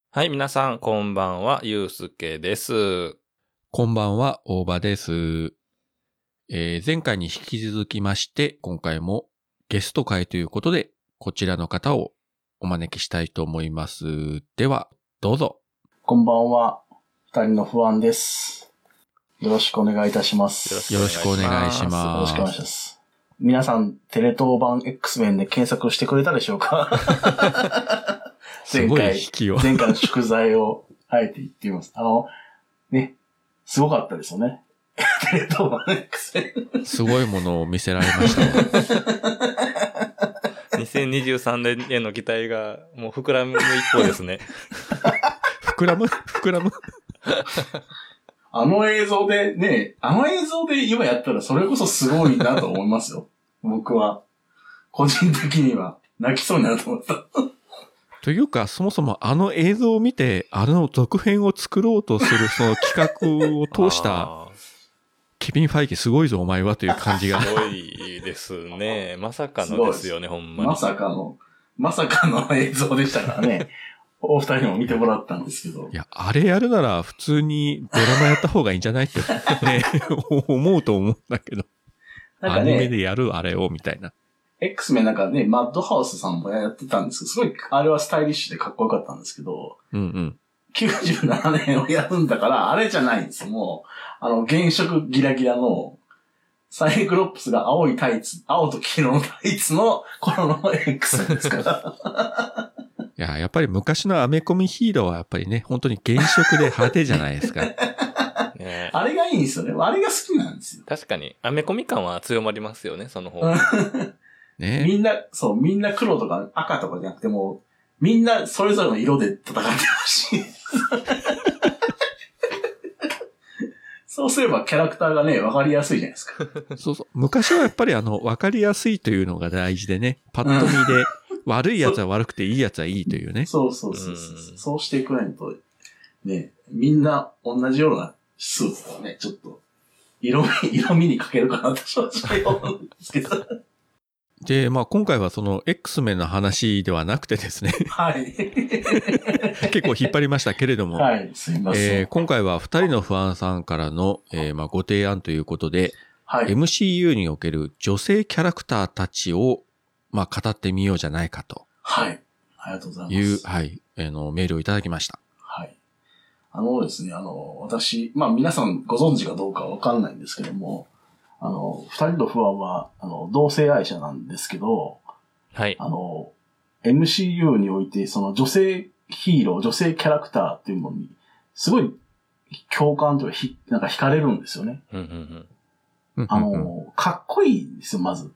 はい、皆さん、こんばんは、ゆうすけです。 こんばんは、大場です。前回に引き続きまして、今回もゲスト会ということで、こちらの方をお招きしたいと思います。では、どうぞ。 こんばんは、二人の不安です。よろしくお願いいたします。 よろしくお願いします。 よろしくお願いします。皆さん、テレ東版 X メンで検索してくれたでしょうか？ すごい引きを。 前回の宿題をあえて言ってみます。ね、すごかったですよね。テレ東版 X メン。 すごいものを見せられました。 2023年への期待がもう膨らむ一方ですね。 膨らむあの映像で今やったらそれこそすごいなと思いますよ。僕は。個人的には泣きそうになると思った。 というか、そもそもあの映像を見て、あの続編を作ろうとするその企画を通したケビン・ファイキすごいぞお前はという感じが。 すごいですね。まさかのですよね、ほんまに。 まさかの映像でしたからね。お二人にも見てもらったんですけど。 いや、あれやるなら普通にドラマやった方がいいんじゃないってね、思うと思うんだけど。なんかね、アニメでやるあれをみたいな。 X メンなんかね、マッドハウスさんもやってたんですけど、すごい、あれはスタイリッシュでかっこよかったんですけど、97年をやるんだから、あれじゃないんですよ。もう、原色ギラギラの、サイクロプスが青と黄色のタイツの頃の X メンですから。 いや、やっぱり昔のアメコミヒーローはやっぱりね、本当に原色で派手じゃないですか。 ね、あれがいいんですよね。あれが好きなんですよ。 確かに、アメコミ感は強まりますよね、その方。 ね、みんな黒とか赤とかじゃなくても、みんなそれぞれの色で戦ってほしい。そうすればキャラクターがね、わかりやすいじゃないですか。 そう。昔はやっぱりわかりやすいというのが大事でね、パッと見で、悪いやつは悪くていいやつはいいというね。 そう。そうしていくないと、ね、みんな同じようなスーツとかね、ちょっと、色味に欠けるかなと正直思うんですけど。 で、まあ今回はその X メンの話ではなくてですね。 はい。 結構引っ張りましたけれども。 はい、すいません。 今回は二人の不安さんからの、まあご提案ということで、はい、MCU における女性キャラクターたちを、まあ語ってみようじゃないかと。 はい。ありがとうございます。 はい。メールをいただきました。 はい。ですね、私、まあ皆さんご存知かどうかわかんないんですけども、二人の不安は、同性愛者なんですけど、 はい。 MCU において、その女性ヒーロー、女性キャラクターっていうものに、すごい共感というか、なんか惹かれるんですよね。かっこいいんですよ、まず。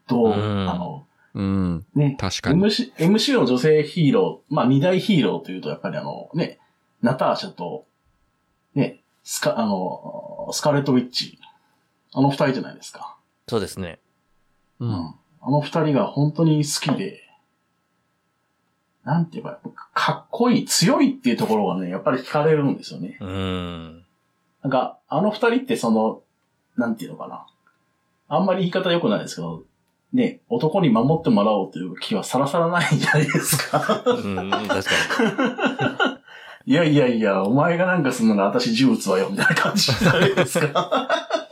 ね。 確かに。 MC の女性ヒーロー、まあ二大ヒーローというと、やっぱりね、ナターシャと、ね、スカーレット・ウィッチ。二人じゃないですか。 そうですね。 うん。二人が本当に好きで、なんて言えば、かっこいい、強いっていうところがね、やっぱり惹かれるんですよね。なんか、二人ってなんていうのかな。あんまり言い方良くないですけど、ね、男に守ってもらおうという気はさらさらないんじゃないですか。 確かに。いや、お前がなんかすんのが私呪物はよ、みたいな感じじゃないですか。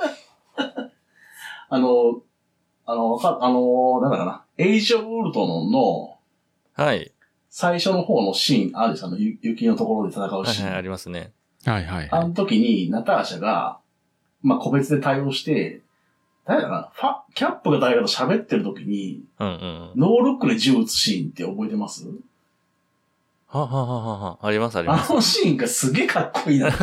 なんだかな、エイジ・オブ・ウルトノンの、 はい。 最初の方のシーン、あるじゃん、雪のところで戦うシーン。 はい、ありますね。 はい。 あの時に、ナターシャが、まあ、個別で対応して、誰だかな、キャップが誰かと喋ってる時に、ノールックで銃撃つシーンって覚えてます？ あります。あのシーンがすげえかっこいいなって。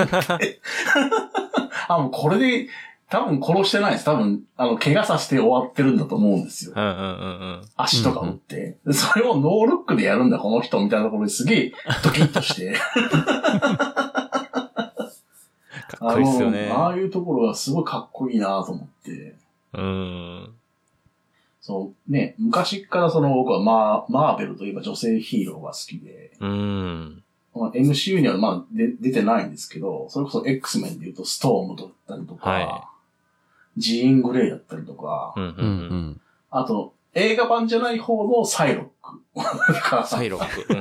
もうこれで、多分殺してないです。多分、怪我させて終わってるんだと思うんですよ。足とか打って。それをノールックでやるんだ、この人、みたいなところですげえドキッとして。 かっこいいっすよね。 ああいうところがすごいかっこいいなと思って。そうね、昔から僕はマーベルといえば女性ヒーローが好きで。MCU にはまあ出てないんですけど、それこそ X メンで言うとストームだったりとか、ジーン・グレイだったりとか、 うんうん、 あと、 映画版じゃない方のサイロック。 サイロック。うん。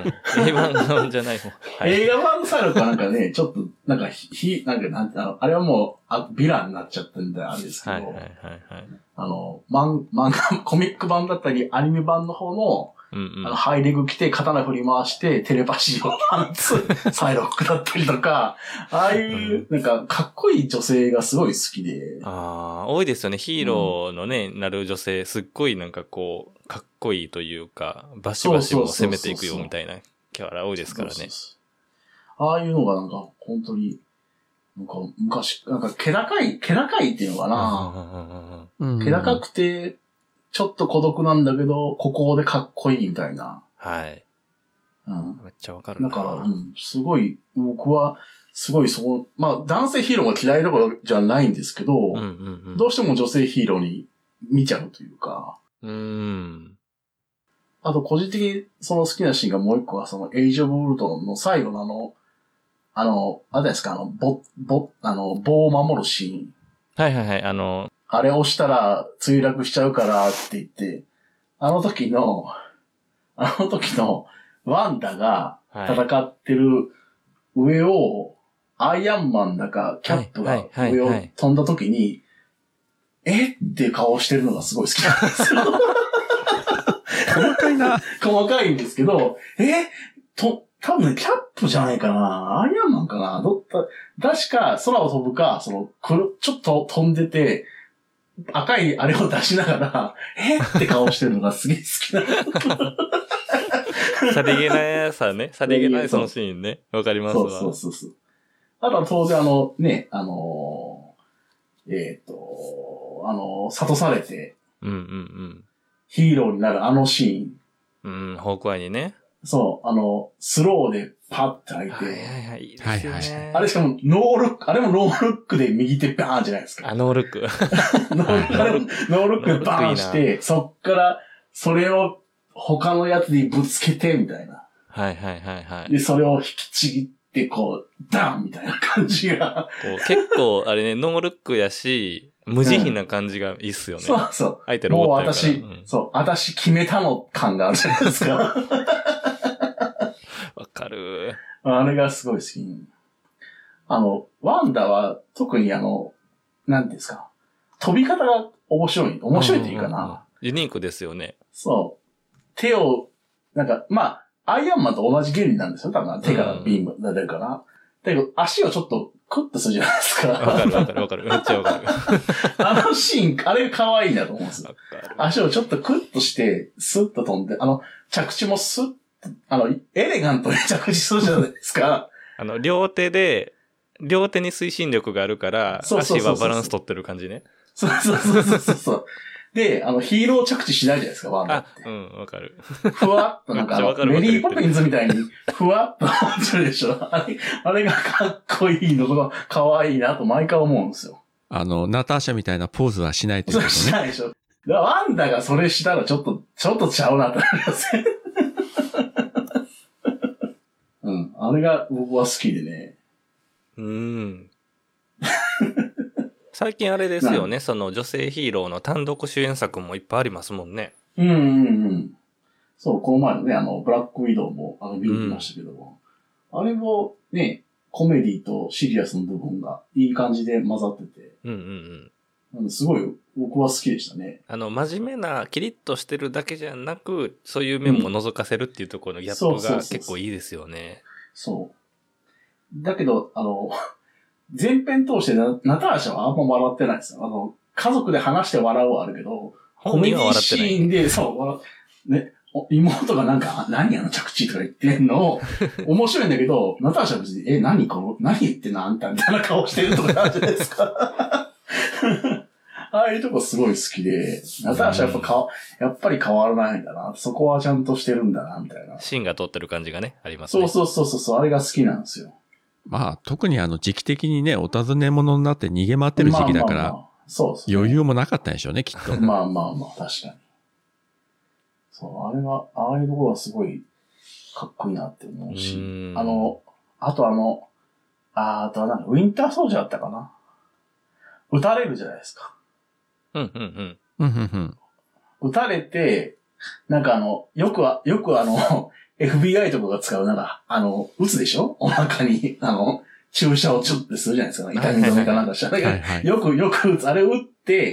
映画版じゃない方。はい、 映画版のサイロックはなんかね、ちょっと、なんか、なんてあれはもう、ヴィランになっちゃったんであれですけど、 はいはいはいはい。 漫画、コミック版だったり、アニメ版の方の、 うんうん、 ハイレグ着て、刀振り回して、テレパシーを放つ、サイロックだったりとか、ああいう、なんか、かっこいい女性がすごい好きで。 ああ、多いですよね。ヒーローのね、なる女性、すっごいなんかこう、かっこいいというか、バシバシも攻めていくよみたいなキャラ多いですからね。そうそうそう、 ああいうのがなんか、本当に、なんか昔、なんか気高いっていうのかな。気高くて、ちょっと孤独なんだけど、ここでかっこいいみたいな。 はい。 うん。 めっちゃわかるな。 だから、すごい、僕は、すごいまあ、男性ヒーローが嫌いとかじゃないんですけど、どうしても女性ヒーローに見ちゃうというか。あと、個人的にその好きなシーンがもう一個は、その、エイジ・オブ・ウルトンの最後のあれですか、棒を守るシーン。 はいはいはい、 あれ押したら墜落しちゃうからって言って、あの時のワンダが戦ってる上を、アイアンマンだかキャップが上を飛んだ時に、えっていう顔してるのがすごい好きなんですよ。 細かいな。 細かいんですけど、多分ね、キャップじゃないかな、アイアンマンかな、確か空を飛ぶか、ちょっと飛んでて、赤いあれを出しながら、って顔してるのがすげえ好きなの。 さりげないさね。さりげないそのシーンね。わかりますわ。 そう。あとは当然ね、諭されて、ヒーローになるあのシーン。ホークアイにね。 そう、スローでパッて開いて。 はいいいですよね。 あれしかもノールック、あれもノールックで右手バーンじゃないですか。 ノールック。 ノールックでバーンして、そっから、それを他のやつにぶつけて、みたいな。 はい。 で、それを引きちぎって、こう、ダンみたいな感じが。 結構、あれね、ノールックやし、無慈悲な感じがいいっすよね。 そう。 相手ロボットやから。 もう私決めたの感があるじゃないですか。 わかる。 あれがすごい好き。ワンダは特になんですか。飛び方が面白いっていうかな。 ユニークですよね。 そう。手を、なんか、まあ、アイアンマンと同じ原理なんですよ。多分手からビームが出るかな。だけど、足をちょっとクッとするじゃないですか。 わかる。めっちゃわかる。 あのシーン、あれが可愛いなと思うんですよ。足をちょっとクッとして、スッと飛んで、着地もスッと、エレガントに着地するじゃないですか。 両手に推進力があるから、足はバランス取ってる感じね。 そう。で、ヒーロー着地しないじゃないですか、ワンダって。 わかる。 ふわっとなんかメリーポピンズみたいに、ふわっとするでしょ。あれがかっこいいのが可愛いなと毎回思うんですよ。 ナターシャみたいなポーズはしないということね。 しないでしょ。ワンダがそれしたらちょっとちゃうなってなりますね。あれが僕は好きでね。 最近あれですよね、その女性ヒーローの単独主演作もいっぱいありますもんね。 そう、この前のね、ブラックウィドウも見に行きましたけども、あれもね、コメディとシリアスの部分がいい感じで混ざってて、すごい僕は好きでしたね。 真面目なキリッとしてるだけじゃなく、そういう面も覗かせるっていうところのギャップが結構いいですよね。 そう。だけど、前編通してナターシャはあんま笑ってないですよ。家族で話して笑うはあるけど、 本人は笑ってない。 シーンで、そう、ね、妹がなんか、何着地とか言ってんの、面白いんだけど、ナターシャは別に、何言ってんのあんたみたいな顔してるとかあるじゃないですか。ああいうとこすごい好きで、ナターシャやっぱり変わらないんだな。そこはちゃんとしてるんだな、みたいな。 芯が通ってる感じがね、ありますね。 そう、あれが好きなんですよ。 まあ、特に時期的にね、お尋ね者になって逃げ回ってる時期だから、そうですね、余裕もなかったんでしょうね、きっと。 まあ、確かに。そう、ああいうところはすごいかっこいいなって思うし、あとあとはウィンターソルジャーだったかな。撃たれるじゃないですか。 撃たれて、なんかよくFBI とかが使う、なんか、撃つでしょお腹に、注射をチュッてするじゃないですか。痛み止めかなんかしたら。 はいはい、 よく撃つ。あれ撃って、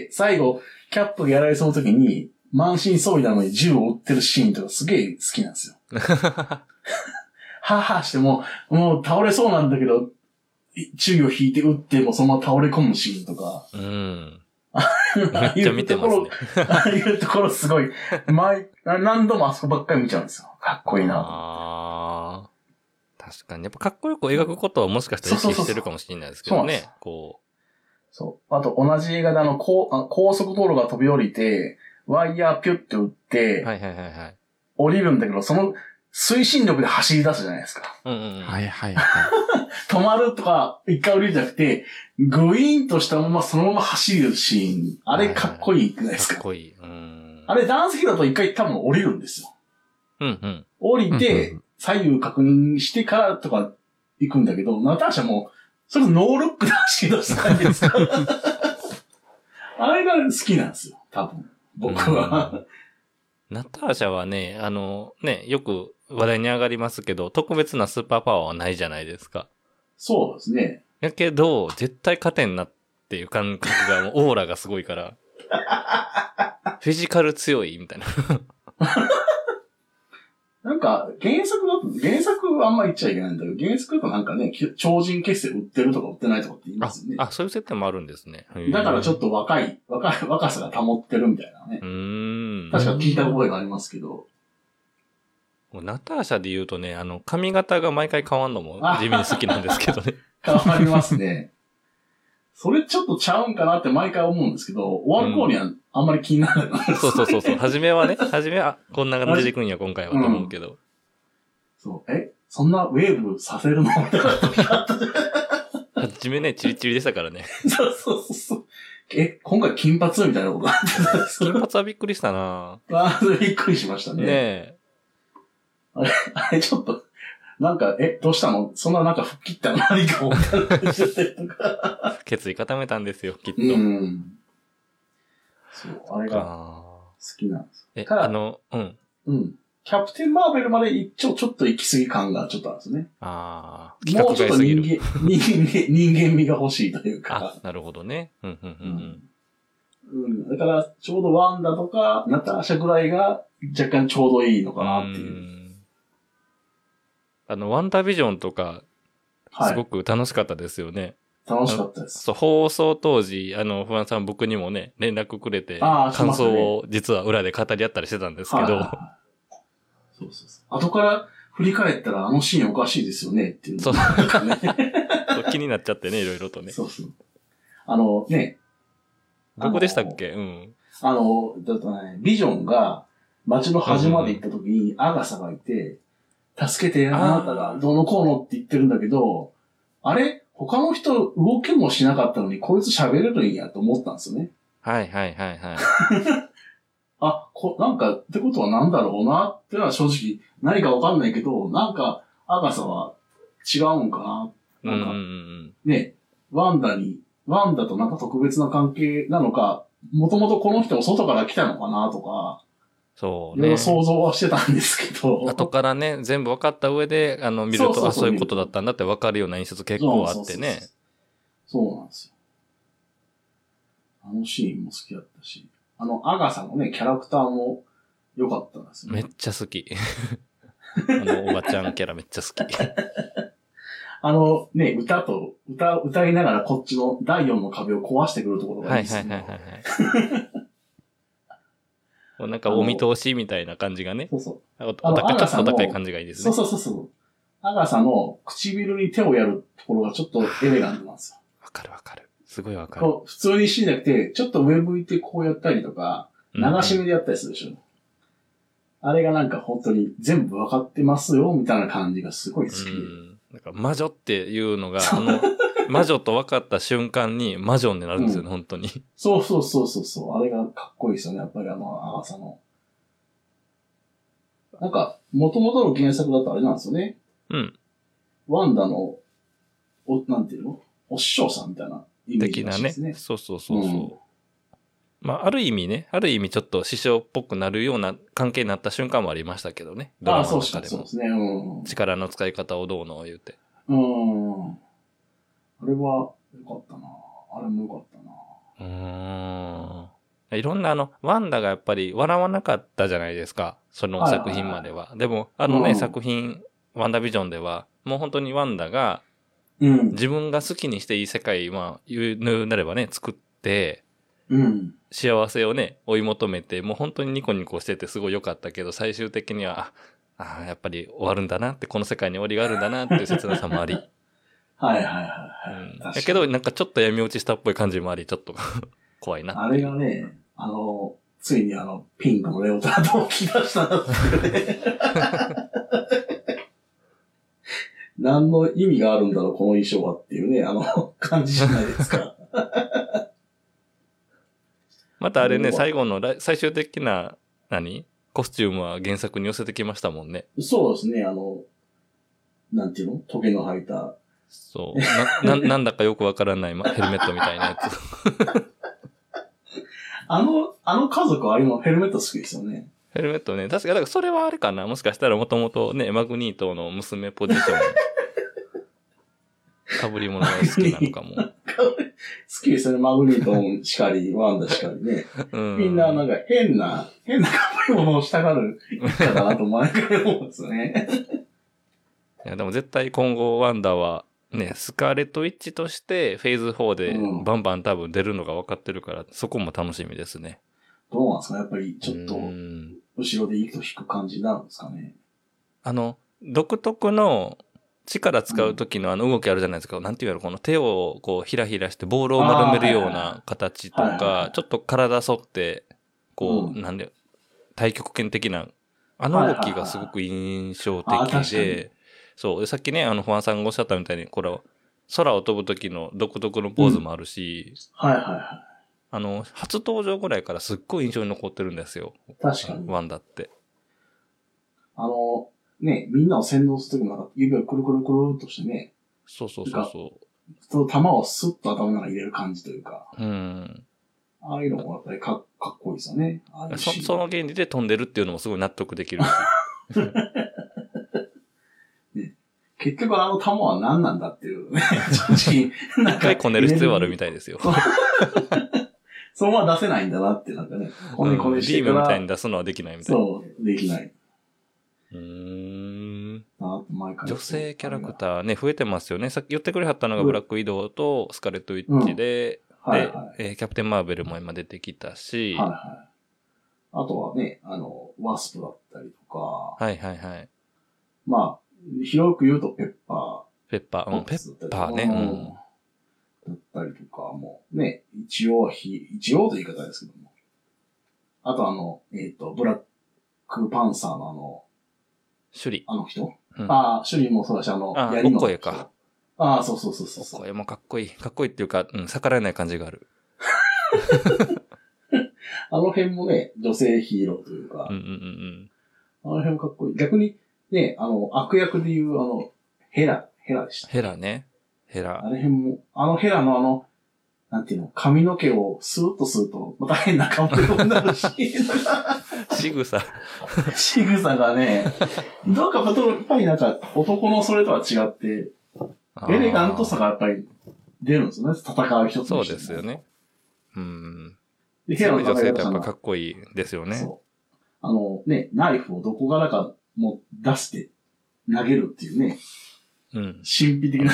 最後、キャップがやられそうな時に、満身創痍なのに銃を撃ってるシーンとかすげえ好きなんですよ。はぁはぁしてもう倒れそうなんだけど、注意を引いて撃ってもそのまま倒れ込むシーンとか。 うん。めっちゃ見てますね。 ああいうところすごい、何度もあそこばっかり見ちゃうんですよ。かっこいいな。 ああ。確かに。やっぱかっこよく描くことはもしかしたら意識してるかもしれないですけどね。 そう。あと同じ映画で高速道路が飛び降りて、ワイヤーピュッて打って、 はいはいはいはい。 降りるんだけど、その推進力で走り出すじゃないですか。 うんうん。 はいはいはい。 止まるとか、一回降りるんじゃなくて、グイーンとしたままそのまま走るシーン。あれかっこいいじゃないですか。 かっこいい。 あれダンス機だと一回多分降りるんですよ。 うんうん。 降りて、左右確認してからとか行くんだけど、ナターシャも、それノールックで走り出す感じですかあれが好きなんですよ、多分。僕は。 ナターシャはね、よく話題に上がりますけど、特別なスーパーパワーはないじゃないですか。 そうですね。 やけど、絶対勝てんなっていう感覚が、もうオーラがすごいから、フィジカル強いみたいな。 なんか、原作あんま言っちゃいけないんだけど、原作だとなんかね、超人結成売ってるとか売ってないとかって言いますよね。 あ、そういう設定もあるんですね。 だからちょっと若さが保ってるみたいなね。確か聞いた覚えがありますけど。 ナターシャで言うとね、髪型が毎回変わんのも地味に好きなんですけどね。 変わりますね。それちょっとちゃうんかなって毎回思うんですけど、終わる頃にはあんまり気にならない、 そう。初めは、こんな感じでいくんや、今回はと思うけど。 そう。そんなウェーブさせるのみたいな時があったじゃん。 初めね、チリチリでしたからね。 そう。今回金髪みたいなことあって金髪はびっくりしたなびっくりしましたね。 ねえ。 あれちょっと、なんか、どうしたのそんななんか吹っ切ったの何かみたいな感じでとか。 決意固めたんですよ、きっと。 そう、あれが好きなんです。 ただ、 キャプテンマーベルまでちょっと行き過ぎ感がちょっとあるんですね。もうちょっと人間味が欲しいというか。 なるほどね。 だから、ちょうどワンダとか、ナターシャぐらいが若干ちょうどいいのかなっていう。 ワンダービジョンとか、すごく楽しかったですよね。 楽しかったです。 そう、放送当時、フランさん僕にもね、連絡くれて、感想を実は裏で語り合ったりしてたんですけど。 そう。後から振り返ったらあのシーンおかしいですよねっていう。そう。 気になっちゃってね、いろいろとね。 そう。 どこでしたっけだとね、ビジョンが街の端まで行った時にアガサがいて、助けて、あなたがどうのこうのって言ってるんだけど、あれ他の人動けもしなかったのにこいつ喋れるんやと思ったんですよね。 はい。 なんか、ってことはなんだろうなってのは正直何かわかんないけど、なんか、アガサは違うんかな。なんか、ね、ワンダとなんか特別な関係なのか、もともとこの人も外から来たのかなとか、 そうね。 想像はしてたんですけど。 後からね、全部分かった上で、見ると、そういうことだったんだって分かるような演出結構あってね。 そうなんですよ。あのシーンも好きだったし、アガサのね、キャラクターも良かったんですよね。 めっちゃ好き。おばちゃんキャラめっちゃ好き。 歌いながらこっちの第4の壁を壊してくるところがいいですね。 なんかお見通しみたいな感じがね。 そう。 お高い感じがいいですね。 そう。アガサの唇に手をやるところがちょっとエレガントなんですよ。 わかる。すごいわかる。 普通にしなくて、ちょっと上向いてこうやったりとか、流し目でやったりするでしょ。あれがなんか本当に全部わかってますよ、みたいな感じがすごい好きで。 なんか魔女っていうのが、魔女と分かった瞬間に魔女になるんですよね、本当に。 そう。あれがかっこいいですよね、やっぱりアガサの。なんか、元々の原作だとあれなんですよね。ワンダの、なんていうのお師匠さんみたいなイメージらしいですね。 的なね。そう。 まあ、ある意味ちょっと師匠っぽくなるような関係になった瞬間もありましたけどね。ドラマの中でも。 そうですね。うん。 力の使い方をどうの言うて。 あれは良かったな。あれも良かったな。 いろんなワンダがやっぱり笑わなかったじゃないですか。その作品までは。でも、作品、ワンダビジョンでは、もう本当にワンダが、自分が好きにしていい世界は、言うなればね、作って、幸せをね、追い求めて、もう本当にニコニコしててすごい良かったけど、最終的には、やっぱり終わるんだなって、この世界に終わりがあるんだなっていう切なさもあり。 だけど、なんかちょっと闇落ちしたっぽい感じもあり、ちょっと怖いな。 あれがね、ついにピンクのレオタードを着出したなってね。何の意味があるんだろう、この衣装はっていうね、感じじゃないですか。 またあれね、最終的な、コスチュームは原作に寄せてきましたもんね。 そうですね、なんていうのトゲの生えた。 そう。なんだかよくわからないヘルメットみたいなやつ。 あの家族はヘルメット好きですよね。 ヘルメットね。確か、だからそれはあれかな。もしかしたらもともとね、マグニートの娘ポジション。被り物が好きなのかも。 好きですよね。マグニートしかり、ワンダしかりね。みんななんか変な被り物をしたがる方だなと毎回思うんですよね。 いや、でも絶対今後ワンダはね、スカーレットウィッチとしてフェーズ4でバンバン多分出るのが分かってるから、そこも楽しみですね。 どうなんですかやっぱりちょっと、後ろで息と引く感じになるんですかね。 独特の力使う時の動きあるじゃないですか。なんていうのこの手をこうひらひらしてボールを丸めるような形とか、ちょっと体反って、こう、太極拳的な、動きがすごく印象的で、そう。さっきね、ファンさんがおっしゃったみたいに、空を飛ぶ時の独特のポーズもあるし、初登場ぐらいからすっごい印象に残ってるんですよ。 確かに。 ワンダって。 ね、みんなを洗脳するときも指をくるくるくるっとしてね。 そう。 その球をスッと頭の中に入れる感じというか。ああいうのもやっぱりかっこいいですよね。 その原理で飛んでるっていうのもすごい納得できるし。 結局球は何なんだっていうね。正直。一回こねる必要あるみたいですよ。 そのまま出せないんだなってなんかね。こねしてビームみたいに出すのはできないみたいな。 そう、できない。 女性キャラクターね、増えてますよね。さっき言ってくれはったのがブラックウィドウとスカーレットウィッチで、キャプテンマーベルも今出てきたし、 あとはね、ワスプだったりとか、まあ、広く言うとペッパー。 ペッパーね。 だったりとかも、ね、一応という言い方ですけども。あとブラックパンサーのシュリ。 人、シュリもそうだし、槍の。 お声か。 そう。 お声もかっこいい。かっこいいっていうか、逆らえない感じがある。 あの辺もね、女性ヒーローというか。あの辺もかっこいい。逆に、ね、悪役でいうヘラでした。 ヘラね。ヘラ。 あれ辺も、ヘラのなんていうの、髪の毛をスーッとすると、また変な顔になるし。 仕草がね、どうかやっぱりなんか、男のそれとは違って、エレガントさがやっぱり出るんですよね、戦う人として。 そうですよね。で、ヘラの女性ってやっぱかっこいいですよね。 そう。ナイフをどこからかも出して投げるっていうね。神秘的な。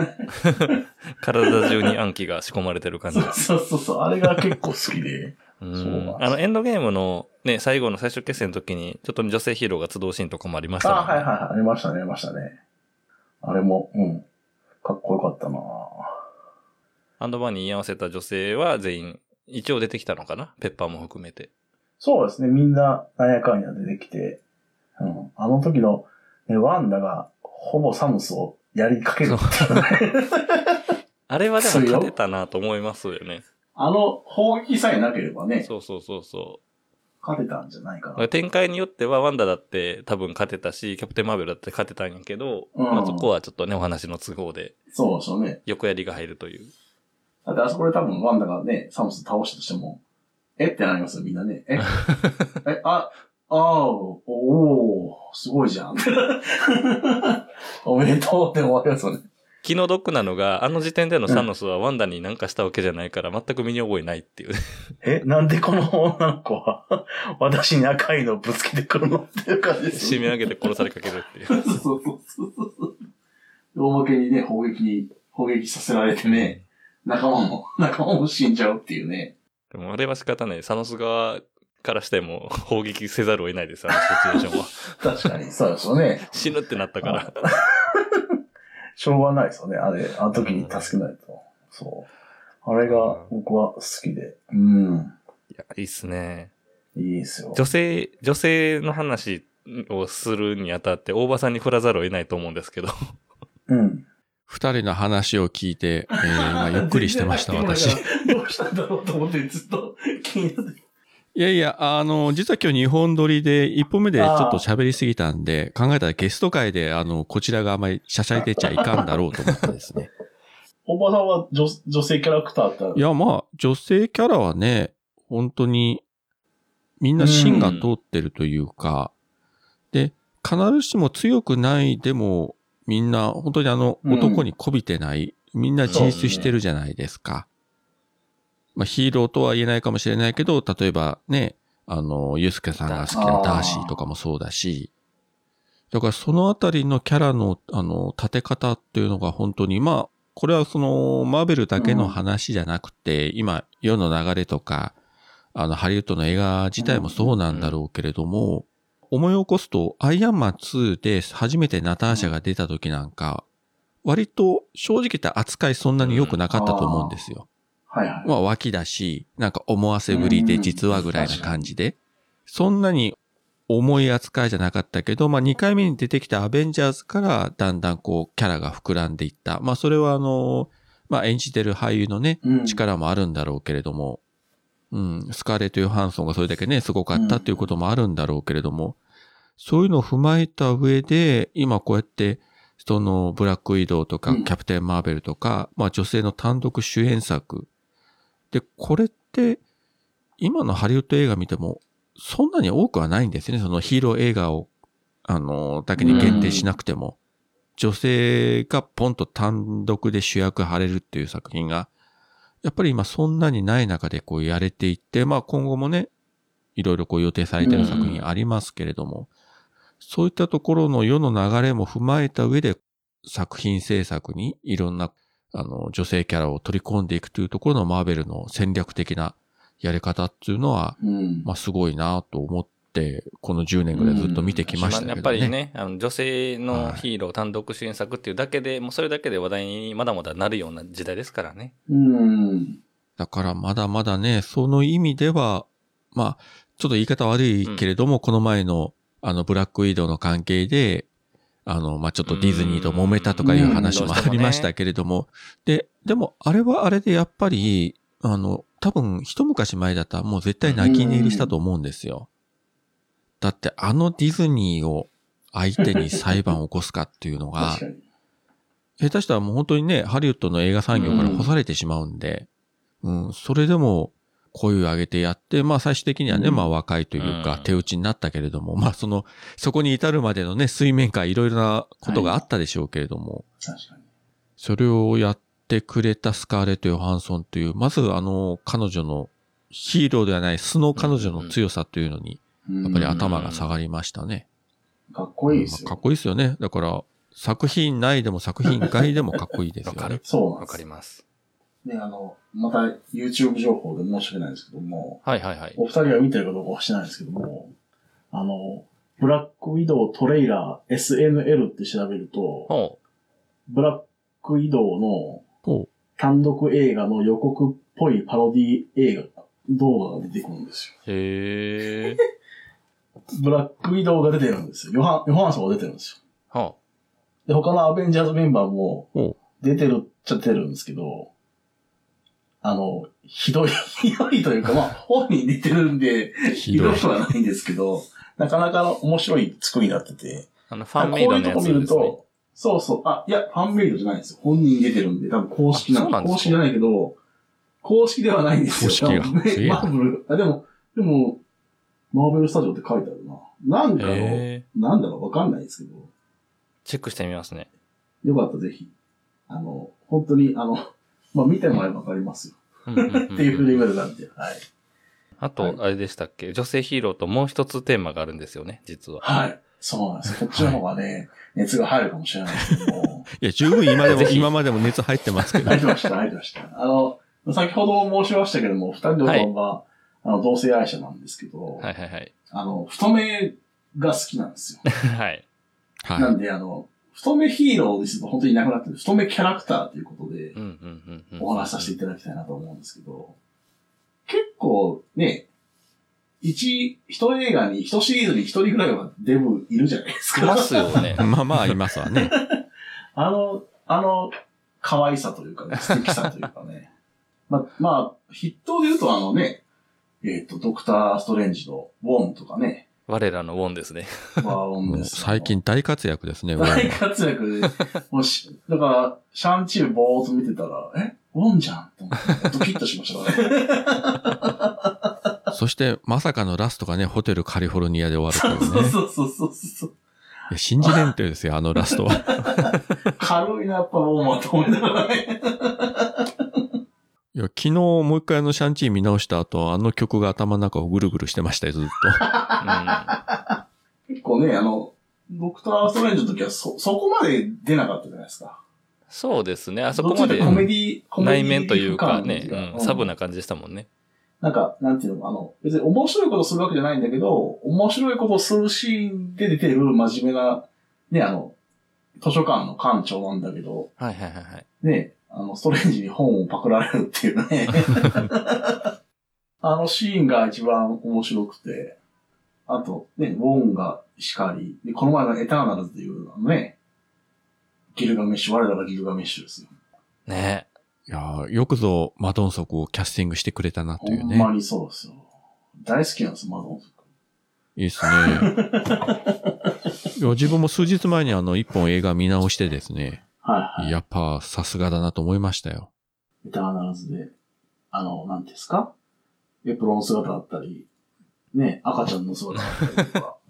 体中に暗器が仕込まれてる感じ。 そう。あれが結構好きで。 エンドゲームのね、最終決戦の時に、ちょっと女性ヒーローが集うシーンとかもありましたね。 ありましたね。あれも、かっこよかったなハンドバーに居合わせた女性は全員、一応出てきたのかなペッパーも含めて。 そうですね。みんな、なんやかんや出てきて、あの時の、ね、ワンダが、ほぼサムスをやりかける。 あれはでも勝てたなと思いますよね。 砲撃さえなければね。 そう。 勝てたんじゃないかな。 展開によってはワンダだって多分勝てたし、キャプテンマーベルだって勝てたんやけど、そこはちょっとね、お話の都合で。 そうでしょうね。 横やりが入るという。 だってあそこで多分ワンダがね、サムス倒したとしても、 ってなりますよ、みんなね。おー、すごいじゃん。おめでとうって思われますよね。 気の毒なのが、あの時点でのサノスはワンダに何かしたわけじゃないから、全く身に覚えないっていう。 なんでこの女の子は、私に赤いのぶつけてくるのっていう感じです、 締め上げて殺されかけるっていう。 そう。大まけにね、砲撃させられてね、仲間も死んじゃうっていうね。 でもあれは仕方ない。サノス側からしても砲撃せざるを得ないです、あのシチュエーションは。 確かに、そうですよね。 死ぬってなったから。 しょうがないですよね。あの時に助けないと。そう。あれが僕は好きで。うん。 いや、いいっすね。 いいですよ。 女性の話をするにあたって大場さんに振らざるを得ないと思うんですけど。 うん。 二人の話を聞いて、今ゆっくりしてました、私。 どうしたんだろうと思ってずっと気になって。 いやいや、実は今日2本撮りで、1本目でちょっと喋りすぎたんで、考えたらゲスト会で、こちらがあまりしゃしゃい出ちゃいかんだろうと思ってですね。 おばさんは女性キャラクターっていや、まあ、女性キャラはね、本当に、みんな芯が通ってるというか、で、必ずしも強くないでも、みんな、本当に男に媚びてない、みんな自立してるじゃないですか。まあ、ヒーローとは言えないかもしれないけど、例えばね、ユースケさんが好きなダーシーとかもそうだし、だからそのあたりのキャラの、立て方っていうのが本当に、まあ、これはマーベルだけの話じゃなくて、今、世の流れとか、ハリウッドの映画自体もそうなんだろうけれども、思い起こすと、アイアンマン2で初めてナターシャが出た時なんか、割と正直言った扱いそんなに良くなかったと思うんですよ。 はいはい。 まあ脇だし、なんか思わせぶりで実はぐらいな感じで、そんなに重い扱いじゃなかったけど、まあ2回目に出てきたアベンジャーズからだんだんこうキャラが膨らんでいった。まあそれはまあ演じてる俳優のね、力もあるんだろうけれども、スカーレット・ヨハンソンがそれだけね、すごかったっていうこともあるんだろうけれども、そういうのを踏まえた上で、今こうやって、ブラックウィドウとか、キャプテン・マーベルとか、まあ女性の単独主演作。で、これって、今のハリウッド映画見ても、そんなに多くはないんですね。そのヒーロー映画を、だけに限定しなくても、女性がポンと単独で主役張れるっていう作品が、やっぱり今そんなにない中でこうやれていって、まあ今後もね、いろいろこう予定されている作品ありますけれども、そういったところの世の流れも踏まえた上で作品制作にいろんな女性キャラを取り込んでいくというところのマーベルの戦略的なやり方っていうのは、まあすごいなと思って、この10年ぐらいずっと見てきましたけどね。 やっぱりね、女性のヒーロー単独主演作っていうだけで、もうそれだけで話題にまだまだなるような時代ですからね。 だからまだまだね、その意味では、まあ、ちょっと言い方悪いけれども、この前のブラックウィドウの関係で、まあ、ちょっとディズニーと揉めたとかいう話もありましたけれども、でも、あれはあれでやっぱり、多分、一昔前だったらもう絶対泣き寝入りしたと思うんですよ。だって、ディズニーを相手に裁判を起こすかっていうのが、下手したらもう本当にね、ハリウッドの映画産業から干されてしまうんで、それでも、声を上げてやって、まあ最終的にはね、まあ和解というか手打ちになったけれども、まあそこに至るまでのね、水面下いろいろなことがあったでしょうけれども、 確かに。 それをやってくれたスカーレット・ヨハンソンという、まず彼女のヒーローではない素の彼女の強さというのに、やっぱり頭が下がりましたね。 かっこいいですよ。 かっこいいですよね。だから作品内でも作品外でもかっこいいですよね。 そうなんです。 わかります。 ね、また YouTube 情報で申し訳ないんですけども、 はいはいはい。 お二人が見てるかどうかは知らないんですけども、ブラックウィドウトレイラー SNL って調べると、ブラックウィドウの単独映画の予告っぽいパロディ映画、動画が出てくるんですよ。 へー。 ブラックウィドウが出てるんですよ。ヨハンソンが出てるんですよ。で、他のアベンジャーズメンバーも出てるっちゃ出てるんですけど、ひどいというか、まあ、本人出てるんで、ひどいことはないんですけど、なかなか面白い作りになってて。 ファンメイドのやつですね。こういうとこ見ると、そうそう、いや、ファンメイドじゃないんですよ。本人出てるんで、多分公式公式じゃないけど、 公式ではないんですよ。 公式が。 ね、マーブル、でも、マーベルスタジオって書いてあるな。なんかなんだろう、わかんないですけど。 チェックしてみますね。 よかった、ぜひ。本当に、見てもらえばわかりますよ。っていうレベルなんで、はい。 あと、あれでしたっけ、女性ヒーローともう一つテーマがあるんですよね、実は。 はい。そうなんです。こっちの方がね、熱が入るかもしれないですけども。 いや、十分今までも熱入ってますけど。 入ってました。先ほども申しましたけども、二人の子が、同性愛者なんですけど、 はいはいはい。 太めが好きなんですよ。 はい。 なんで、太めヒーローですと本当にいなくなってる、太めキャラクターということで、お話しさせていただきたいなと思うんですけど、結構ね、一映画に、一シリーズに一人ぐらいはデブいるじゃないですか。 いますよね。 まあ、いますわね。 可愛さというかね、素敵さというかね。まあ、筆頭で言うとドクターストレンジのウォンとかね。 我らのウォンですね。 ウォンです。 最近大活躍ですね、 大活躍で。だから、シャンチーぼーっと見てたら、ウォンじゃんと思って、ドキッとしましたね。 そして、まさかのラストがね、ホテルカリフォルニアで終わるというね。 そう。 いや、信じれんってですよ、ラストは。 軽いな、やっぱウォンはと思いながらね。 いや、昨日もう一回シャンチー見直した後、曲が頭の中をぐるぐるしてましたよ、ずっと。 結構ね、ドクターストレンジの時はそこまで出なかったじゃないですか。 そうですね、あそこまでコメディ内面というかね、サブな感じでしたもんね。 なんていうの、別に面白いことするわけじゃないんだけど、面白いことをするシーンで出てる真面目な、ね、図書館の館長なんだけど、 はい。 ね、ストレンジに本をパクられるっていうね。シーンが一番面白くて、あと、ね、ウォンがしかり、で、この前のエターナルズっていうね、我らがギルガメッシュですよ。 ね。 いやよくぞマドンソクをキャスティングしてくれたなというね。 ほんまにそうですよ。大好きなんですよ、マドンソク。 いいっすね。いや自分も数日前に一本映画見直してですね。 はい。 やっぱさすがだなと思いましたよ。 エターナルズで、なんですか？エプロン姿だったり、ね、赤ちゃんの姿だったりとか。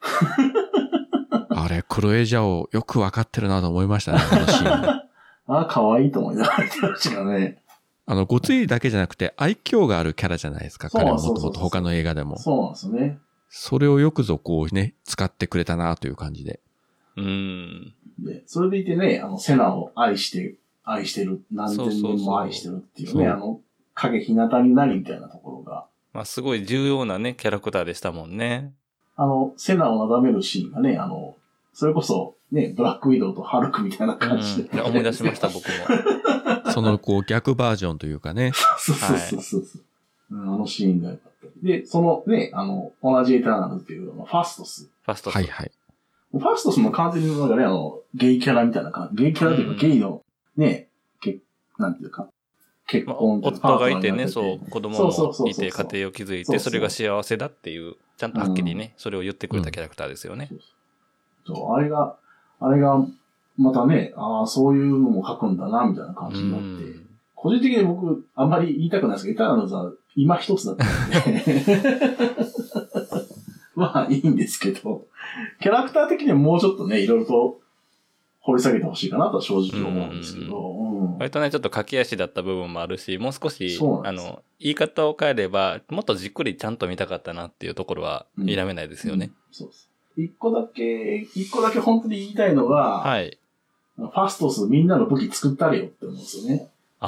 あれ、クロエジャをよくわかってるなと思いましたね、このシーン。 可愛いと思いながら見てましたよね。 ごついだけじゃなくて愛嬌があるキャラじゃないですか、彼はもともと他の映画でも。 そうなんですよね。 それをよくぞこうね、使ってくれたなという感じで。 で、それでいてね、セナを愛してる、何千年も愛してるっていうね、影日向になりみたいなところが。 まあ、すごい重要なね、キャラクターでしたもんね。 セナをなだめるシーンがね、それこそ、ね、ブラックウィドウとハルクみたいな感じで。 思い出しました、僕も。 その、逆バージョンというかね。 そう。シーンが良かった。で、そのね、同じエターナルっていうファストス。 はいはい。 ファストスも完全になんかね、ゲイキャラみたいな感じ。ゲイキャラというか、ゲイの、ね、なんていうか、結婚とか。夫がいてね、そう、子供もいて、家庭を築いて、それが幸せだっていう、ちゃんとはっきりね、それを言ってくれたキャラクターですよね。 そう、あれが、またね、そういうのも書くんだな、みたいな感じになって、個人的に僕、あんまり言いたくないですけど、エターナルズは今一つだったんで、まあいいんですけど、キャラクター的にはもうちょっとね、いろいろと掘り下げてほしいかなとは正直思うんですけど、 割とね、ちょっと駆け足だった部分もあるし、もう少し、言い方を変えれば、もっとじっくりちゃんと見たかったなっていうところは、否めないですよね。 そうです。一個だけ本当に言いたいのが、 はい。 ファストスみんなの武器作ったれよって思うんですよね。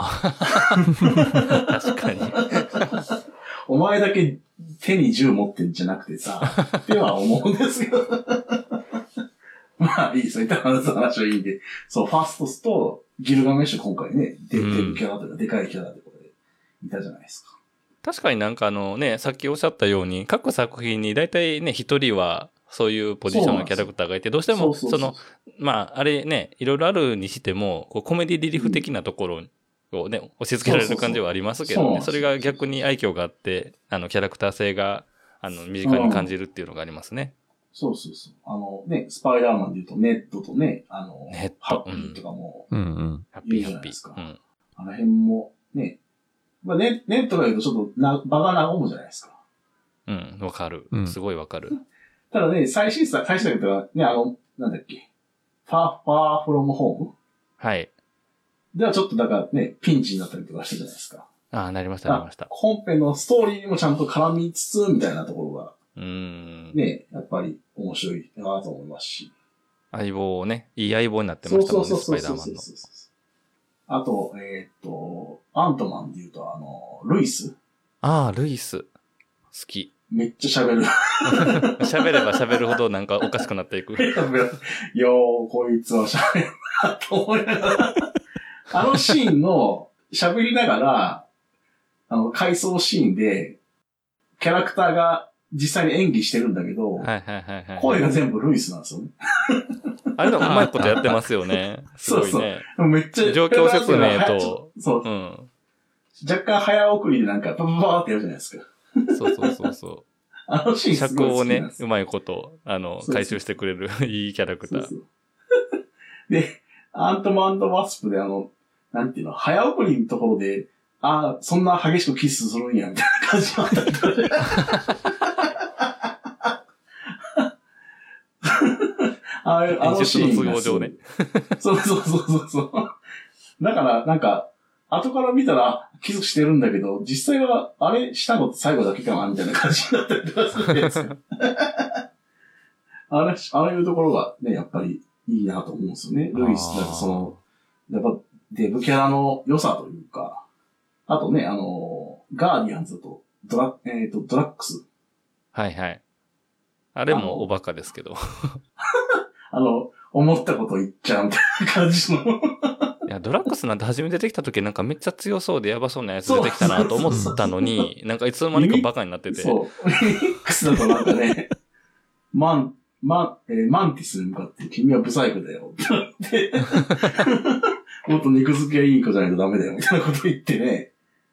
確かに。 お前だけ手に銃持ってんじゃなくてさ、っては思うんですよ。まあいいですよ。エターナルズの話はいいんで。そう、ファストスとギルガメッシュ今回ね、出てるキャラというか、でかいキャラということでいたじゃないですか。 確かになんかね、さっきおっしゃったように、各作品に大体ね、一人はそういうポジションのキャラクターがいて、どうしても、まあ、あれね、いろいろあるにしても、コメディリリーフ的なところをね、押し付けられる感じはありますけどね、それが逆に愛嬌があって、キャラクター性が、身近に感じるっていうのがありますね。 そう。ね、スパイダーマンで言うと、ネットとね、ハッピーとかも、 ハッピー。 あの辺も、ね、 まあねとか言うとちょっと場が和むじゃないですか。 うん、わかる。すごいわかる。 ただね、最新作ね、なんだっけ、Far From Home? はい。 ではちょっとだからね、ピンチになったりとかしたじゃないですか。 ああ、なりました。 本編のストーリーにもちゃんと絡みつつ、みたいなところが、ね、やっぱり面白いなと思いますし。 相棒ね、いい相棒になってましたもんね、スパイダーマンの。 あと、アントマンで言うと、ルイス。 ああ、ルイス。好き。 めっちゃ喋る。 喋れば喋るほどなんかおかしくなっていく。 よー、こいつは喋るなと思いながら。あのシーンの喋りながら、回想シーンで、キャラクターが実際に演技してるんだけど、声が全部ルイスなんですよね。 あれでもうまいことやってますよね。すごいね。 そうめっちゃ。 状況説明と、 そう。うん。若干早送りでなんか、パパパーってやるじゃないですか。 そう。 あのシーンすごい好き尺をね、うまいこと、回収してくれるいいキャラクター。そうで、アントマン&ワスプでなんていうの、早送りのところで、そんな激しくキスするんや、みたいな感じがあったりとか。あのシーンが。そう。だから、なんか、後から見たらキスしてるんだけど、実際は、あれしたのって最後だけかなみたいな感じになったりとかするんですよ。ああいうところがね、やっぱりいいなと思うんですよね。ルイス、なんかやっぱデブキャラの良さというか、あとね、ガーディアンズとドラックス。 はい。あれもおバカですけど。 思ったこと言っちゃうみたいな感じの。 いや、ドラッグスなんて初めて出てきた時なんかめっちゃ強そうでやばそうなやつ出てきたなと思ったのに、なんかいつの間にかバカになってて。 そう。ミックスだとなんかね、マンティスに向かって君はブサイクだよって言って、もっと肉付きがいい子じゃないとダメだよみたいなこと言ってね。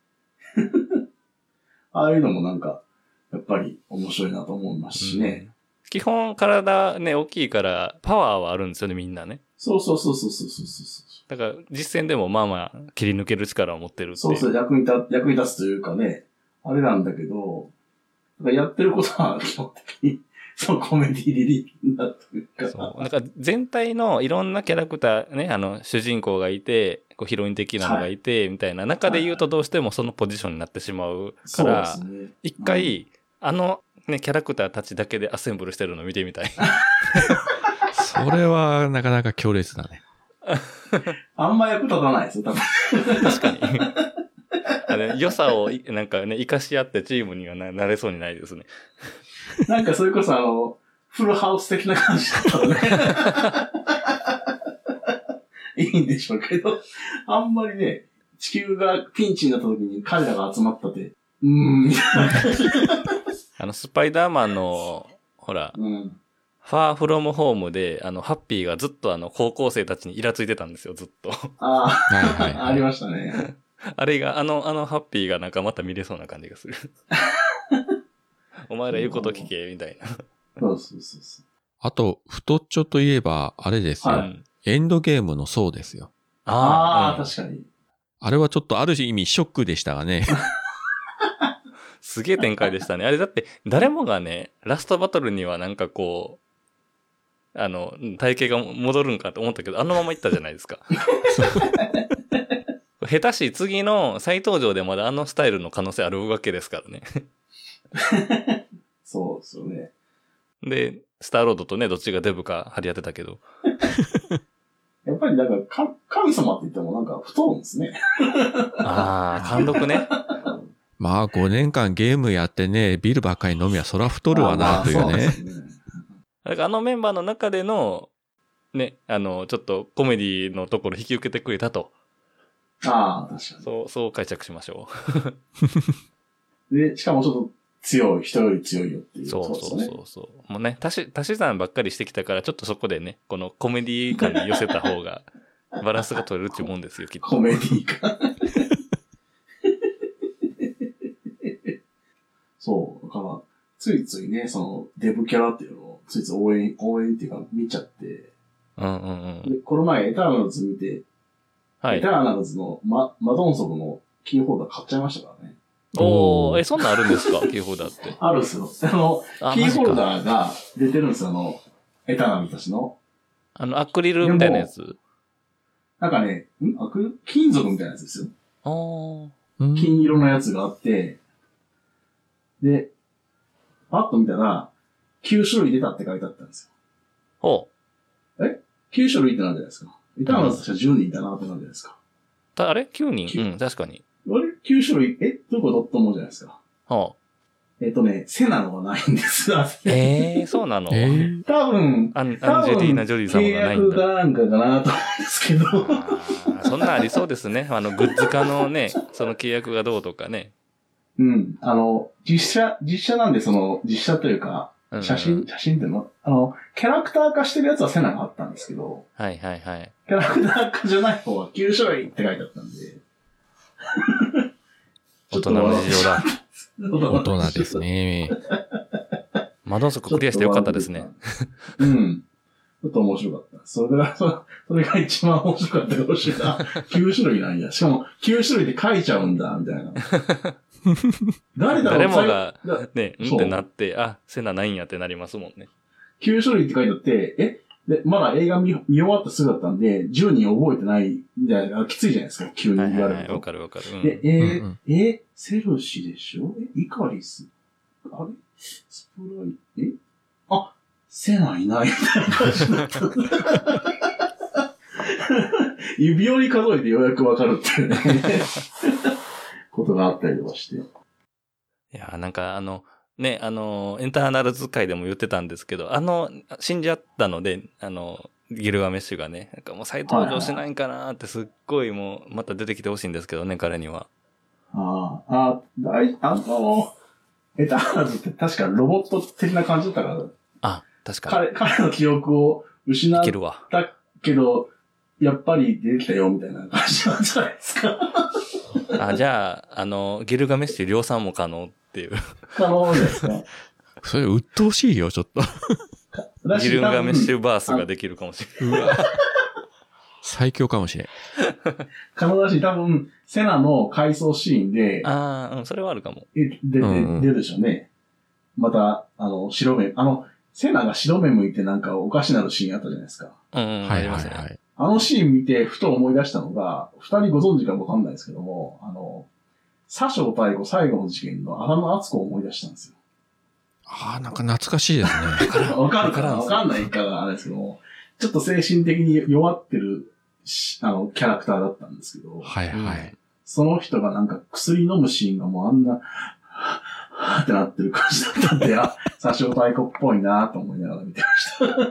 ああいうのもなんか、やっぱり面白いなと思いますしね。 基本体ね、大きいからパワーはあるんですよね、みんなね。 そう。 だから実戦でもまあまあ切り抜ける力を持ってるっていう。 そう、役に立つというかね、あれなんだけど、やってることは基本的に、コメディリリーフだというか。 そう。だから全体のいろんなキャラクターね、主人公がいて、ヒロイン的なのがいて、みたいな中で言うとどうしてもそのポジションになってしまうから、一回、ね、キャラクターたちだけでアセンブルしてるの見てみたい。 それはなかなか強烈だね。 あんま役立たないですよ、多分。 確かに。良さをなんかね、活かし合ってチームにはなれそうにないですね。 なんかそれこそフルハウス的な感じだったらね。いいんでしょうけど、あんまりね、地球がピンチになった時に彼らが集まったってみたいな感じ。 スパイダーマンの、ほら、ファーフロムホームで、ハッピーがずっと高校生たちにイラついてたんですよ、ずっと。 ありましたね。 あれが、ハッピーがなんかまた見れそうな感じがする。お前ら言うこと聞け、みたいな。 そう。 あと、太っちょといえば、あれですよ。エンドゲームのそうですよ。 確かに。 あれはちょっとある意味ショックでしたがね。 すげえ展開でしたね。あれだって、誰もがね、ラストバトルにはなんかこう、体型が戻るんかと思ったけど、あのままいったじゃないですか。下手し次の再登場でまだあのスタイルの可能性あるわけですからね。 そうですよね。 で、スターロードとね、どっちがデブか張り合ってたけど。 やっぱりなんか、神様って言ってもなんか太るんですね。 貫禄ね。 まあ5年間ゲームやってね、ビールばっかり飲みはそら太るわな、というね。 だからメンバーの中での、ね、ちょっとコメディのところ引き受けてくれたと。 確かに。 そう解釈しましょう。で、しかもちょっと人より強いよっていう。 そう。もうね、足し算ばっかりしてきたから、ちょっとそこでね、このコメディ感に寄せた方が、バランスが取れるっていうもんですよ、きっと。 コメディ感。そう。だから、ついついね、デブキャラっていうのを、ついつい応援っていうか見ちゃって。で、この前、エターナルズ見て、エターナルズのマドンソクのキーホルダー買っちゃいましたからね。 おー、そんなんあるんですかキーホルダーって。 あるんですよ。キーホルダーが出てるんですよ、エタナルたちの。 アクリルみたいなやつ。 なんかね、金属みたいなやつですよ。金色のやつがあって、で、パッと見たら、9種類出たって書いてあったんですよ。9種類ってなんじゃないですか。エターナルズとしては10人いたなってなんじゃないですか。 あれ ?9 人？うん、確かに。 あれ ?9 種類、どういうことと思うじゃないですか。セナのがないんです。 そうなの多分、 アンジェリーナ・ジョリー様がないんだ。 契約がなんかかなと思うんですけど。 そんなんありそうですね。グッズ化のね、その契約がどうとかね。 うん。実写なんで、実写というか、写真っていうのキャラクター化してるやつはセナがあったんですけど。 はいはいはい。 キャラクター化じゃない方は9種類って書いてあったんで。 大人の事情だ。 大人ですね。 マドンソククリアしてよかったですね。 うん。ちょっと面白かった。それが一番面白かったかもしれない。9種類なんや。しかも9種類で書いちゃうんだ、みたいな。 誰もが、ね、ってなって、セナないんやってなりますもんね。 9種類って書いてあって、で、まだ映画見終わったすぐだったんで、10人覚えてないみたいな、きついじゃないですか、急に言われると。 わかるわかる。 で、セルシでしょイカリスあれスプライ、セナいないみたいな感じになった。指折り数えてようやくわかるっていうね、ことがあったりとかして。いや、なんかね、エンターナルズ会でも言ってたんですけど、死んじゃったので、ギルガメッシュがね、なんかもう再登場しないんかなーってすっごいもう、また出てきてほしいんですけどね、彼には。 エターナルズって確かロボット的な感じだったから。 確かに。 彼の記憶を失ったけど、やっぱり出てきたよ、みたいな感じなんじゃないですか。 じゃあ、ギルガメッシュ量産も可能っていう。 可能ですか。 それ、鬱陶しいよ、ちょっと。 ギルガメッシュバースができるかもしれない。 最強かもしれん。 可能だし、多分、セナの回想シーンで、 それはあるかも。 出るでしょうね。また、白目、セナが白目向いてなんかおかしなるシーンあったじゃないですか。 はいはいはい。 あのシーン見て、ふと思い出したのが、二人ご存知かわかんないですけども、佐生太鼓最後の事件の荒野敦子を思い出したんですよ。 なんか懐かしいですね。 わかるかなわかんないからあれですけども、ちょっと精神的に弱ってる、キャラクターだったんですけど、 はいはい。 その人がなんか薬飲むシーンがもうあんな、はぁってなってる感じだったんで、佐生太鼓っぽいなと思いながら見てました。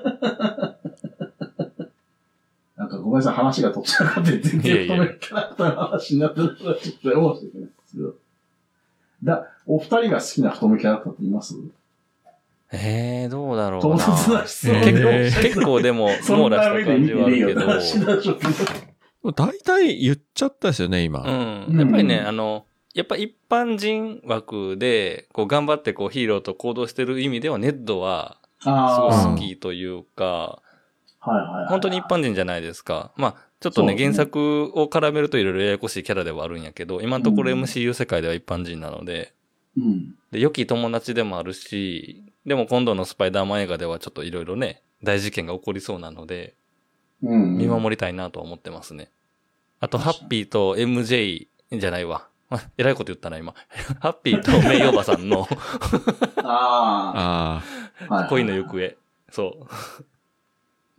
なんかごめんなさい、話がとっちゃかって全然止めるキャラクターの話になってるからちょっと面白くないですけど。お二人が好きな太めキャラクターっています？ どうだろうな。 唐突な質問。 結構でも、網羅した感じはあるけど。 大体言っちゃったですよね、今。 やっぱりね、やっぱ一般人枠で、頑張ってヒーローと行動してる意味では、ネッドは、すごい好きというか、本当に一般人じゃないですか。ちょっとね、原作を絡めるといろいろややこしいキャラではあるんやけど、今のところ MCU 世界では一般人なので、で、良き友達でもあるし、でも今度のスパイダーマン映画ではちょっといろいろね、大事件が起こりそうなので、見守りたいなと思ってますね。あと、ハッピーと MJ じゃないわ。えらいこと言ったな、今。ハッピーとメイおばさんの恋の行方。そう。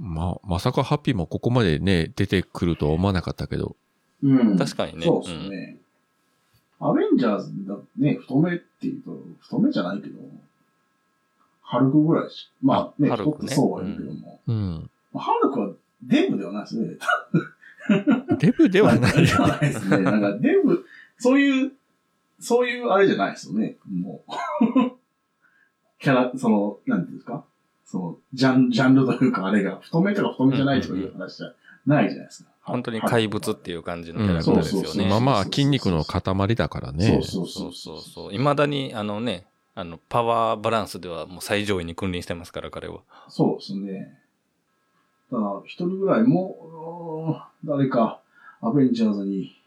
まさかハッピーもここまでね、出てくるとは思わなかったけど。 確かにね。 そうですね。アベンジャーズだね、太めって言うと、太めじゃないけど、ハルクぐらいし。太ってそうは言うけども。ハルクはデブではないですね。 デブではない。 ではないですね。なんかデブ、そういうあれじゃないですよね。もう。キャラ、なんていうんですかジャンルというかあれが、太めとか太めじゃないとかいう話じゃないじゃないですか。 本当に怪物っていう感じのキャラクターですよね。 筋肉の塊だからね。 そう。 未だに、パワーバランスではもう最上位に君臨してますから、彼は。 そうですね。ただ、一人ぐらいも、誰か、アベンジャーズに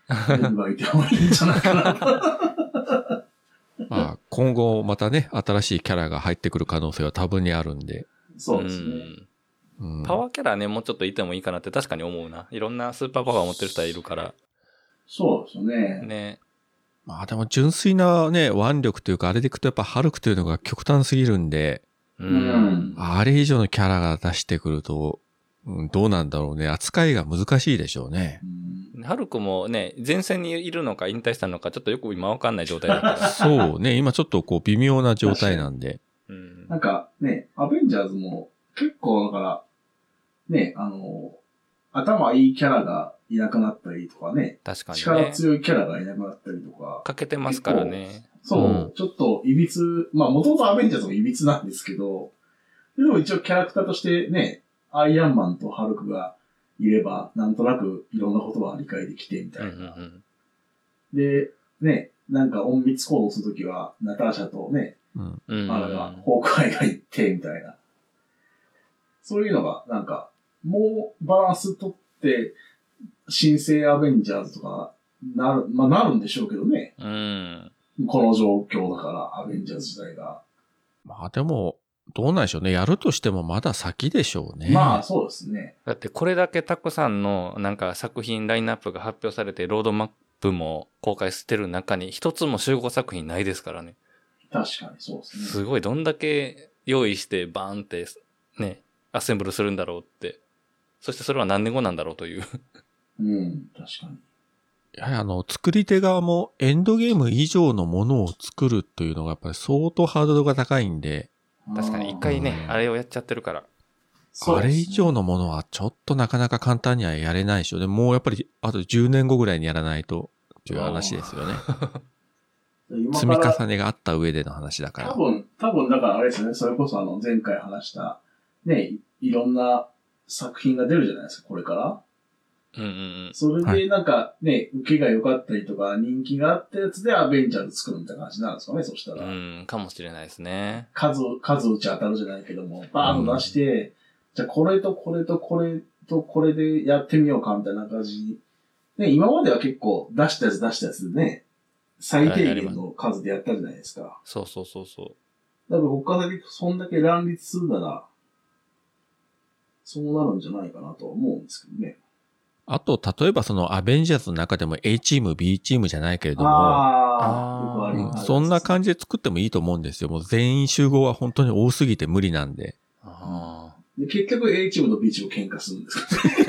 がいてもいいんじゃないかな。 まあ、今後またね、新しいキャラが入ってくる可能性は多分にあるんで。 そうですね。 パワーキャラね、もうちょっといてもいいかなって確かに思うな。いろんなスーパーパワーを持ってる人はいるから。 そうですね。 ね。 まあでも純粋なね、腕力というか、あれでいくとやっぱハルクというのが極端すぎるんで、あれ以上のキャラが出してくると、どうなんだろうね。扱いが難しいでしょうね。 ハルクもね、前線にいるのか引退したのか、ちょっとよく今わかんない状態だから。 そうね、今ちょっとこう微妙な状態なんで。 なんかね、アベンジャーズも結構だから、ね、頭いいキャラがいなくなったりとかね。 確かにね。 力強いキャラがいなくなったりとか。 欠けてますからね。 そう、ちょっといびつ、まあ元々アベンジャーズもいびつなんですけど、でも一応キャラクターとしてね、アイアンマンとハルクがいれば、なんとなくいろんなことは理解できてみたいな。で、ね、なんか隠密行動するときは、ナターシャとね、ホークアイが行ってみたいな。そういうのが、なんか、もうバランス取って、新生アベンジャーズとかなる、まあなるんでしょうけどね。この状況だから、アベンジャーズ時代が。 まあでも、どうなんでしょうね。やるとしてもまだ先でしょうね。 まあそうですね。 だってこれだけたくさんのなんか作品、ラインナップが発表されて、ロードマップも公開してる中に一つも集合作品ないですからね。 確かにそうですね。 すごい、どんだけ用意してバーンってね、アッセンブルするんだろうって。そしてそれは何年後なんだろうという。 確かに。 やはり作り手側もエンドゲーム以上のものを作るというのがやっぱり相当ハードルが高いんで。 確かに一回ね、あれをやっちゃってるから。 あれ以上のものはちょっとなかなか簡単にはやれないでしょうね。もうやっぱりあと10年後ぐらいにやらないとという話ですよね。積み重ねがあった上での話だから。 多分だからあれですよね。それこそ前回話した、ね、いろんな作品が出るじゃないですか、これから。それでなんかね、受けが良かったりとか人気があったやつでアベンジャーズ作るみたいな感じなんですかね、そしたら。 かもしれないですね。 数打ち当たるじゃないけども、バーンと出して、じゃあこれとこれとこれとこれでやってみようかみたいな感じ。ね、今までは結構出したやつでね、最低限の数でやったじゃないですか。 そう。 だから他でそんだけ乱立するなら、そうなるんじゃないかなとは思うんですけどね。 あと、例えばそのアベンジャーズの中でも A チーム、B チームじゃないけれども、そんな感じで作ってもいいと思うんですよ。もう全員集合は本当に多すぎて無理なんで。 で結局 A チームと B チーム喧嘩するんですか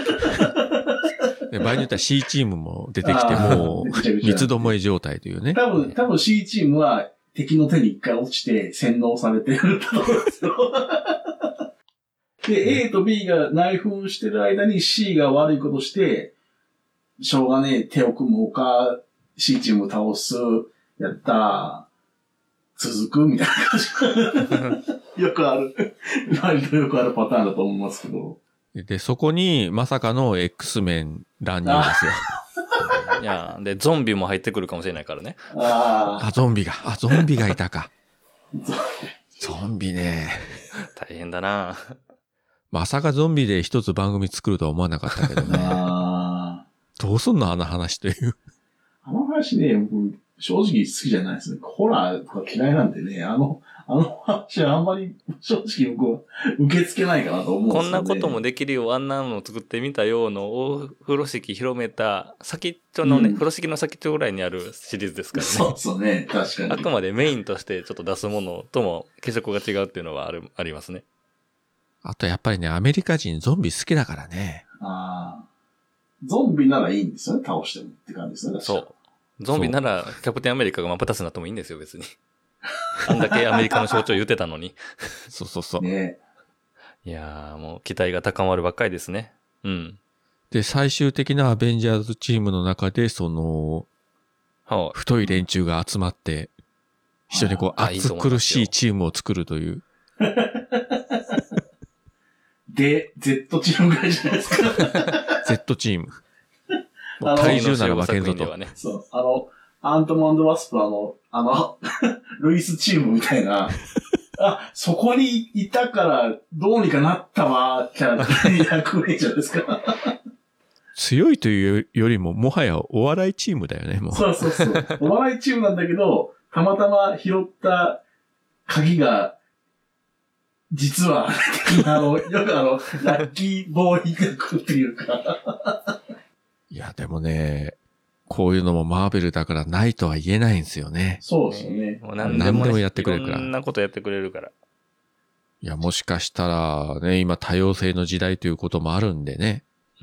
で場合によっては C チームも出てきてもう三つどもえ状態というね。 多分 C チームは敵の手に一回落ちて洗脳されてると思うんですよ。で、A と B が内紛してる間に C が悪いことして、しょうがねえ手を組むほか、C チームを倒す、やった続くみたいな感じ。よくある。割とよくあるパターンだと思いますけど。 で、そこにまさかの X メン乱入ですよ。 いや、で、ゾンビも入ってくるかもしれないからね。 ゾンビがいたか。ゾンビね。 大変だな。 まさかゾンビで一つ番組作るとは思わなかったけどね。どうすんのあの話という。 あの話ね、僕、正直好きじゃないですね。ホラーとか嫌いなんでね、あの話はあんまり正直僕は受け付けないかなと思うんですよね。 こんなこともできるよ、あんなの作ってみたよの大風呂敷広めた先っちょのね、風呂敷の先っちょぐらいにあるシリーズですからね。 そうね、確かに。 あくまでメインとしてちょっと出すものとも化色が違うっていうのはありますね。 あとやっぱりね、アメリカ人ゾンビ好きだからね。 ゾンビならいいんですよね、倒してもって感じですね。 そう。ゾンビならキャプテンアメリカが真っ二つになってもいいんですよ、別に。あんだけアメリカの象徴言ってたのに。 そう。 ね、 いやー、もう期待が高まるばっかりですね。 で、最終的なアベンジャーズチームの中で、太い連中が集まって、一緒に熱苦しいチームを作るという。 で、Z チームぐらいじゃないですか。 Z チーム。体重なら負けんぞと。 そう。アントマン&ワスプルイスチームみたいな、そこにいたからどうにかなったわ、キャラクターに役名じゃないですか。 強いというよりも、もはやお笑いチームだよね、もう。 そうそうそう。お笑いチームなんだけど、たまたま拾った鍵が、実は、よくラッキーボーイ役っていうか。 いや、でもね、こういうのもマーベルだからないとは言えないんですよね。 そうですよね。 もう何でもやってくれるから。 いろんなことやってくれるから。 いや、もしかしたらね、今多様性の時代ということもあるんでね。 うん。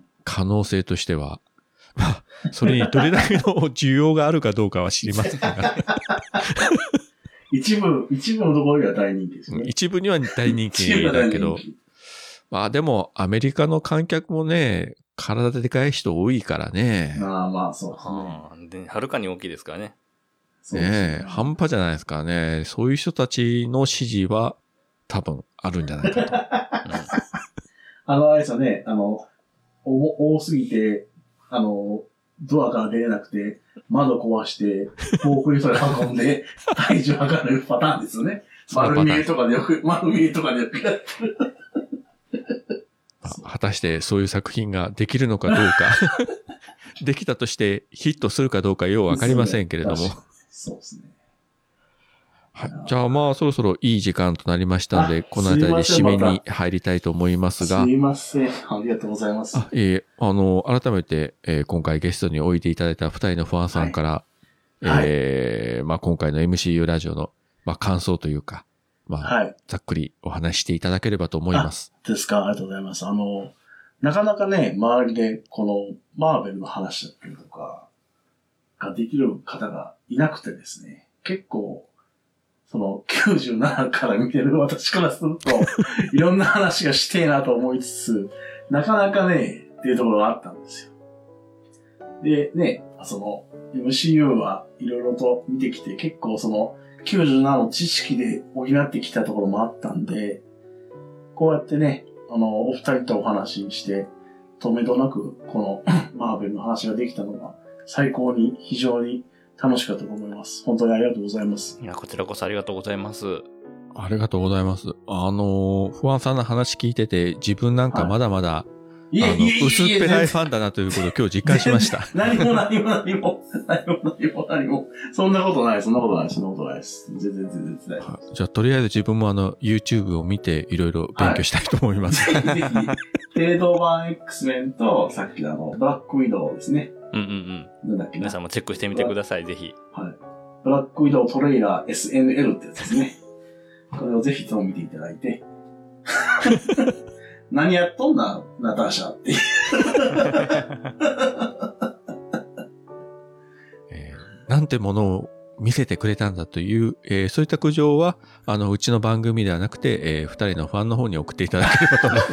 可能性としては。まあ、それにどれだけの需要があるかどうかは知りませんが。 一部のところには大人気ですね。 一部には大人気だけど。まあでも、アメリカの観客もね、体でかい人多いからね。 まあ、そうですね。 はるかに大きいですからね。 ねえ、半端じゃないですからね。そういう人たちの支持は多分あるんじゃないかと。 あれですよね、多すぎて、ドアから出れなくて、窓壊して、フォークリフトで運んで、体重測るパターンですよね。丸見えとかでよくやってる。 果たしてそういう作品ができるのかどうか。できたとしてヒットするかどうかようわかりませんけれども。 そうですね。 はい。じゃあまあそろそろいい時間となりましたので、このあたりで締めに入りたいと思いますが。 すいません。ありがとうございます。 改めて、今回ゲストにおいでいただいた二人のファンさんから、まあ今回の MCU ラジオの、まあ感想というか、まあ、ざっくりお話していただければと思います。 ですか。ありがとうございます。なかなかね、周りでこのマーベルの話だったりとかができる方がいなくてですね、結構、その97から見てる私からすると、いろんな話がしてえなと思いつつ、なかなかね、っていうところがあったんですよ。で、ね、MCU はいろいろと見てきて、結構97の知識で補ってきたところもあったんで、こうやってね、お二人とお話しして、止めどなく、このマーベルの話ができたのが、最高に非常に楽しかったと思います。本当にありがとうございます。 いや、こちらこそありがとうございます。 ありがとうございます。不安さんの話聞いてて、自分なんかまだまだ、薄っぺらいファンだなということを今日実感しました。 何も。そんなことないです。全然。 じゃあ、とりあえず自分もYouTube を見ていろいろ勉強したいと思います。 ぜひ、帝道版 X メンと、さっきのブラックウィドウですね。なんだっけな。 皆さんもチェックしてみてください、ぜひ。 はい。ブラックウィドウトレーラー SNL ってやつですね。これをぜひとも見ていただいて。何やっとんな、ナターシャっていう。 なんてものを見せてくれたんだという、そういった苦情は、うちの番組ではなくて、二人のファンの方に送っていただければと思い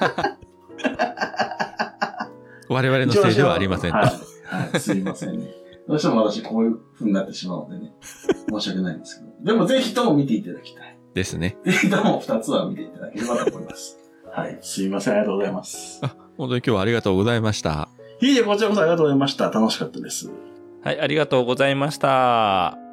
ます。我々のせいではありませんと。 はい、すいませんね。どうしても私こういう風になってしまうのでね、申し訳ないんですけど。でもぜひとも見ていただきたい。 ですね。 ぜひとも2つは見ていただければと思います。はい、すいません、ありがとうございます。 本当に今日はありがとうございました。 いいえ、こちらこそありがとうございました。楽しかったです。 はい、ありがとうございました。